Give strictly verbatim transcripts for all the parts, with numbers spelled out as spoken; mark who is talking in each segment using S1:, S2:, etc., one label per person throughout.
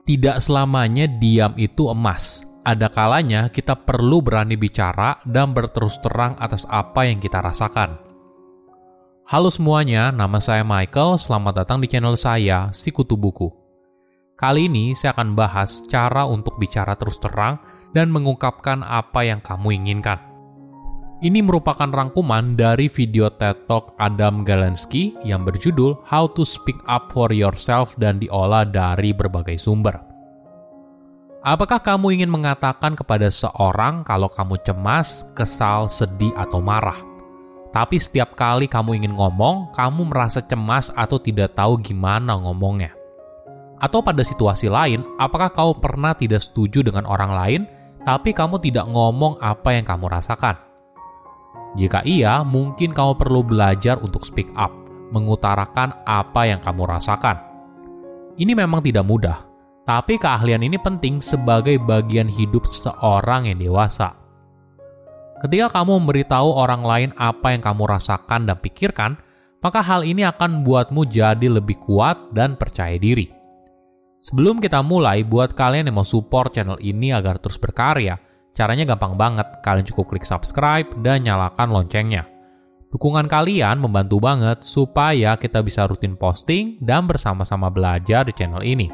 S1: Tidak selamanya diam itu emas. Ada kalanya kita perlu berani bicara dan berterus terang atas apa yang kita rasakan. Halo semuanya, nama saya Michael. Selamat datang di channel saya, Sikutu Buku. Kali ini saya akan bahas cara untuk bicara terus terang dan mengungkapkan apa yang kamu inginkan. Ini merupakan rangkuman dari video TED Talk Adam Galensky yang berjudul How to Speak Up for Yourself dan diolah dari berbagai sumber. Apakah kamu ingin mengatakan kepada seorang kalau kamu cemas, kesal, sedih, atau marah? Tapi setiap kali kamu ingin ngomong, kamu merasa cemas atau tidak tahu gimana ngomongnya. Atau pada situasi lain, apakah kamu pernah tidak setuju dengan orang lain, tapi kamu tidak ngomong apa yang kamu rasakan? Jika iya, mungkin kamu perlu belajar untuk speak up, mengutarakan apa yang kamu rasakan. Ini memang tidak mudah, tapi keahlian ini penting sebagai bagian hidup seorang yang dewasa. Ketika kamu memberitahu orang lain apa yang kamu rasakan dan pikirkan, maka hal ini akan membuatmu jadi lebih kuat dan percaya diri. Sebelum kita mulai, buat kalian yang mau support channel ini agar terus berkarya, caranya gampang banget, kalian cukup klik subscribe dan nyalakan loncengnya. Dukungan kalian membantu banget supaya kita bisa rutin posting dan bersama-sama belajar di channel ini.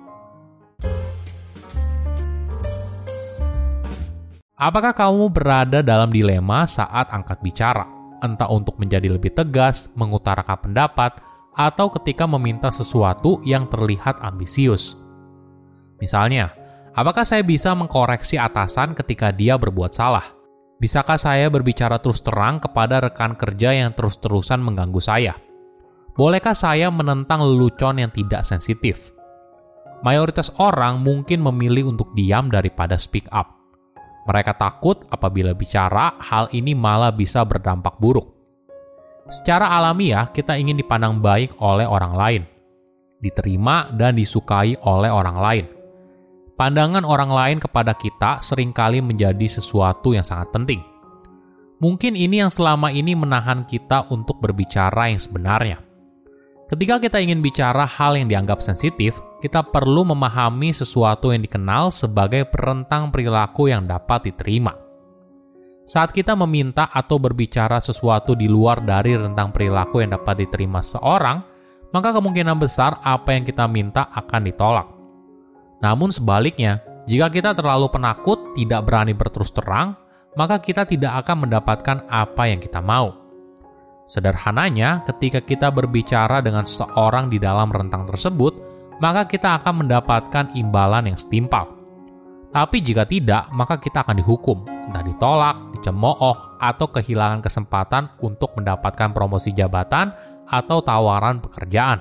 S1: Apakah kamu berada dalam dilema saat angkat bicara? Entah untuk menjadi lebih tegas, mengutarakan pendapat, atau ketika meminta sesuatu yang terlihat ambisius. Misalnya, apakah saya bisa mengkoreksi atasan ketika dia berbuat salah? Bisakah saya berbicara terus terang kepada rekan kerja yang terus-terusan mengganggu saya? Bolehkah saya menentang lelucon yang tidak sensitif? Mayoritas orang mungkin memilih untuk diam daripada speak up. Mereka takut apabila bicara, hal ini malah bisa berdampak buruk. Secara alamiah, kita ingin dipandang baik oleh orang lain, diterima dan disukai oleh orang lain. Pandangan orang lain kepada kita seringkali menjadi sesuatu yang sangat penting. Mungkin ini yang selama ini menahan kita untuk berbicara yang sebenarnya. Ketika kita ingin bicara hal yang dianggap sensitif, kita perlu memahami sesuatu yang dikenal sebagai perentang perilaku yang dapat diterima. Saat kita meminta atau berbicara sesuatu di luar dari rentang perilaku yang dapat diterima seorang, maka kemungkinan besar apa yang kita minta akan ditolak. Namun sebaliknya, jika kita terlalu penakut, tidak berani berterus terang, maka kita tidak akan mendapatkan apa yang kita mau. Sederhananya, ketika kita berbicara dengan seseorang di dalam rentang tersebut, maka kita akan mendapatkan imbalan yang setimpal. Tapi jika tidak, maka kita akan dihukum, entah ditolak, dicemooh, atau kehilangan kesempatan untuk mendapatkan promosi jabatan atau tawaran pekerjaan.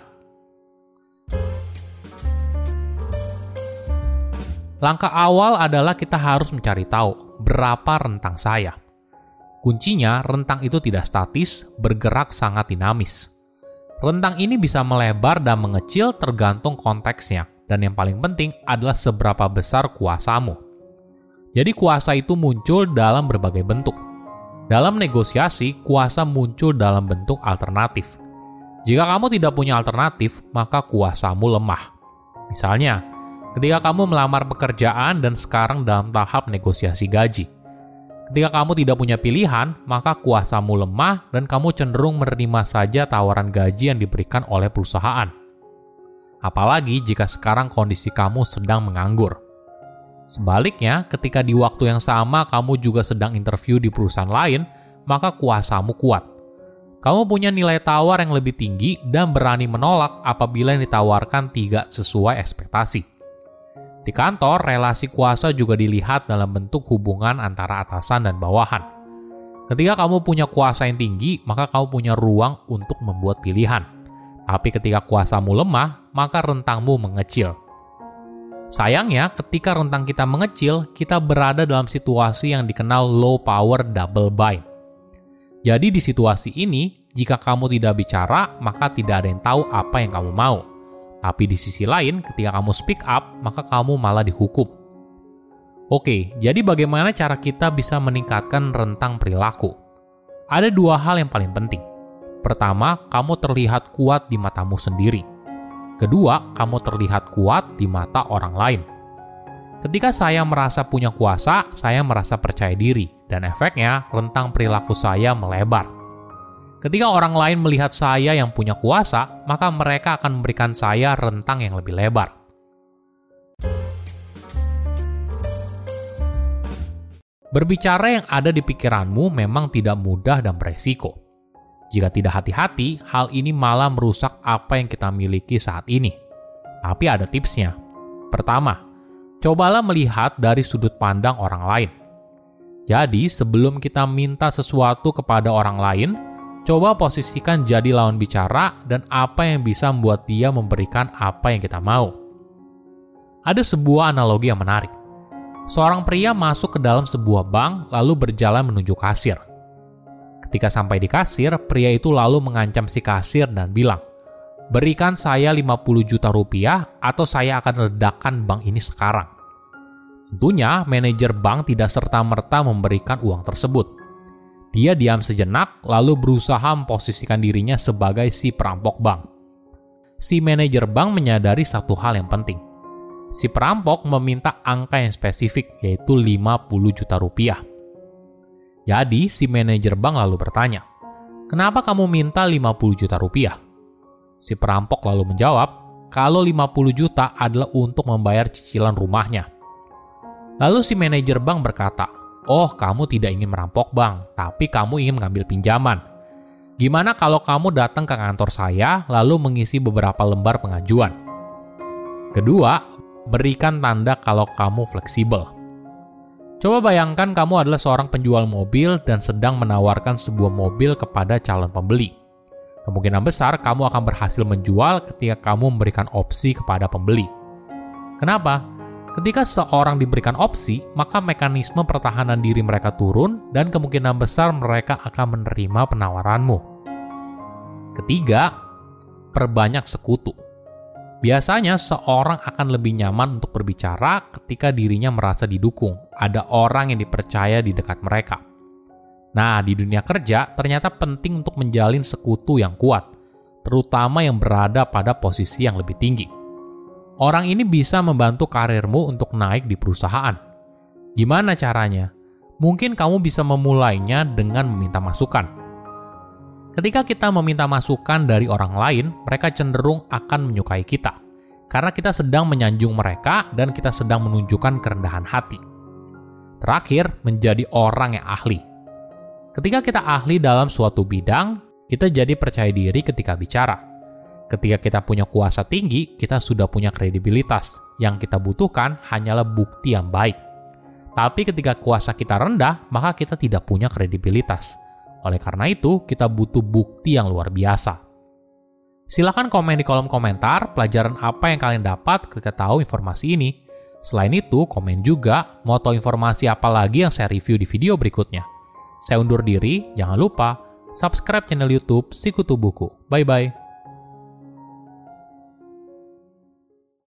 S1: Langkah awal adalah kita harus mencari tahu berapa rentang saya. Kuncinya, rentang itu tidak statis, bergerak sangat dinamis. Rentang ini bisa melebar dan mengecil tergantung konteksnya, dan yang paling penting adalah seberapa besar kuasamu. Jadi kuasa itu muncul dalam berbagai bentuk. Dalam negosiasi, kuasa muncul dalam bentuk alternatif. Jika kamu tidak punya alternatif, maka kuasamu lemah. Misalnya, ketika kamu melamar pekerjaan dan sekarang dalam tahap negosiasi gaji. Ketika kamu tidak punya pilihan, maka kuasamu lemah dan kamu cenderung menerima saja tawaran gaji yang diberikan oleh perusahaan. Apalagi jika sekarang kondisi kamu sedang menganggur. Sebaliknya, ketika di waktu yang sama kamu juga sedang interview di perusahaan lain, maka kuasamu kuat. Kamu punya nilai tawar yang lebih tinggi dan berani menolak apabila yang ditawarkan tidak sesuai ekspektasi. Di kantor, relasi kuasa juga dilihat dalam bentuk hubungan antara atasan dan bawahan. Ketika kamu punya kuasa yang tinggi, maka kamu punya ruang untuk membuat pilihan. Tapi ketika kuasamu lemah, maka rentangmu mengecil. Sayangnya, ketika rentang kita mengecil, kita berada dalam situasi yang dikenal low power double bind. Jadi di situasi ini, jika kamu tidak bicara, maka tidak ada yang tahu apa yang kamu mau. Tapi di sisi lain, ketika kamu speak up, maka kamu malah dihukum. Oke, jadi bagaimana cara kita bisa meningkatkan rentang perilaku? Ada dua hal yang paling penting. Pertama, kamu terlihat kuat di matamu sendiri. Kedua, kamu terlihat kuat di mata orang lain. Ketika saya merasa punya kuasa, saya merasa percaya diri, dan efeknya rentang perilaku saya melebar. Ketika orang lain melihat saya yang punya kuasa, maka mereka akan memberikan saya rentang yang lebih lebar. Berbicara yang ada di pikiranmu memang tidak mudah dan beresiko. Jika tidak hati-hati, hal ini malah merusak apa yang kita miliki saat ini. Tapi ada tipsnya. Pertama, cobalah melihat dari sudut pandang orang lain. Jadi, sebelum kita minta sesuatu kepada orang lain, coba posisikan jadi lawan bicara dan apa yang bisa membuat dia memberikan apa yang kita mau. Ada sebuah analogi yang menarik. Seorang pria masuk ke dalam sebuah bank lalu berjalan menuju kasir. Ketika sampai di kasir, pria itu lalu mengancam si kasir dan bilang, "Berikan saya lima puluh juta rupiah atau saya akan ledakan bank ini sekarang." Tentunya, manajer bank tidak serta-merta memberikan uang tersebut. Dia diam sejenak, lalu berusaha memposisikan dirinya sebagai si perampok bank. Si manajer bank menyadari satu hal yang penting. Si perampok meminta angka yang spesifik, yaitu lima puluh juta rupiah. Jadi, si manajer bank lalu bertanya, "Kenapa kamu minta lima puluh juta rupiah?" Si perampok lalu menjawab, kalau lima puluh juta adalah untuk membayar cicilan rumahnya. Lalu si manajer bank berkata, "Oh, kamu tidak ingin merampok bank, tapi kamu ingin mengambil pinjaman. Gimana kalau kamu datang ke kantor saya, lalu mengisi beberapa lembar pengajuan?" Kedua, berikan tanda kalau kamu fleksibel. Coba bayangkan kamu adalah seorang penjual mobil dan sedang menawarkan sebuah mobil kepada calon pembeli. Kemungkinan besar kamu akan berhasil menjual ketika kamu memberikan opsi kepada pembeli. Kenapa? Ketika seorang diberikan opsi, maka mekanisme pertahanan diri mereka turun dan kemungkinan besar mereka akan menerima penawaranmu. Ketiga, perbanyak sekutu. Biasanya seorang akan lebih nyaman untuk berbicara ketika dirinya merasa didukung, ada orang yang dipercaya di dekat mereka. Nah, di dunia kerja ternyata penting untuk menjalin sekutu yang kuat, terutama yang berada pada posisi yang lebih tinggi. Orang ini bisa membantu karirmu untuk naik di perusahaan. Gimana caranya? Mungkin kamu bisa memulainya dengan meminta masukan. Ketika kita meminta masukan dari orang lain, mereka cenderung akan menyukai kita. Karena kita sedang menyanjung mereka dan kita sedang menunjukkan kerendahan hati. Terakhir, menjadi orang yang ahli. Ketika kita ahli dalam suatu bidang, kita jadi percaya diri ketika bicara. Ketika kita punya kuasa tinggi, kita sudah punya kredibilitas. Yang kita butuhkan hanyalah bukti yang baik. Tapi ketika kuasa kita rendah, maka kita tidak punya kredibilitas. Oleh karena itu, kita butuh bukti yang luar biasa. Silahkan komen di kolom komentar pelajaran apa yang kalian dapat ketika tahu informasi ini. Selain itu, komen juga mau tahu informasi apa lagi yang saya review di video berikutnya. Saya undur diri, jangan lupa subscribe channel YouTube Sikutu Buku. Bye-bye.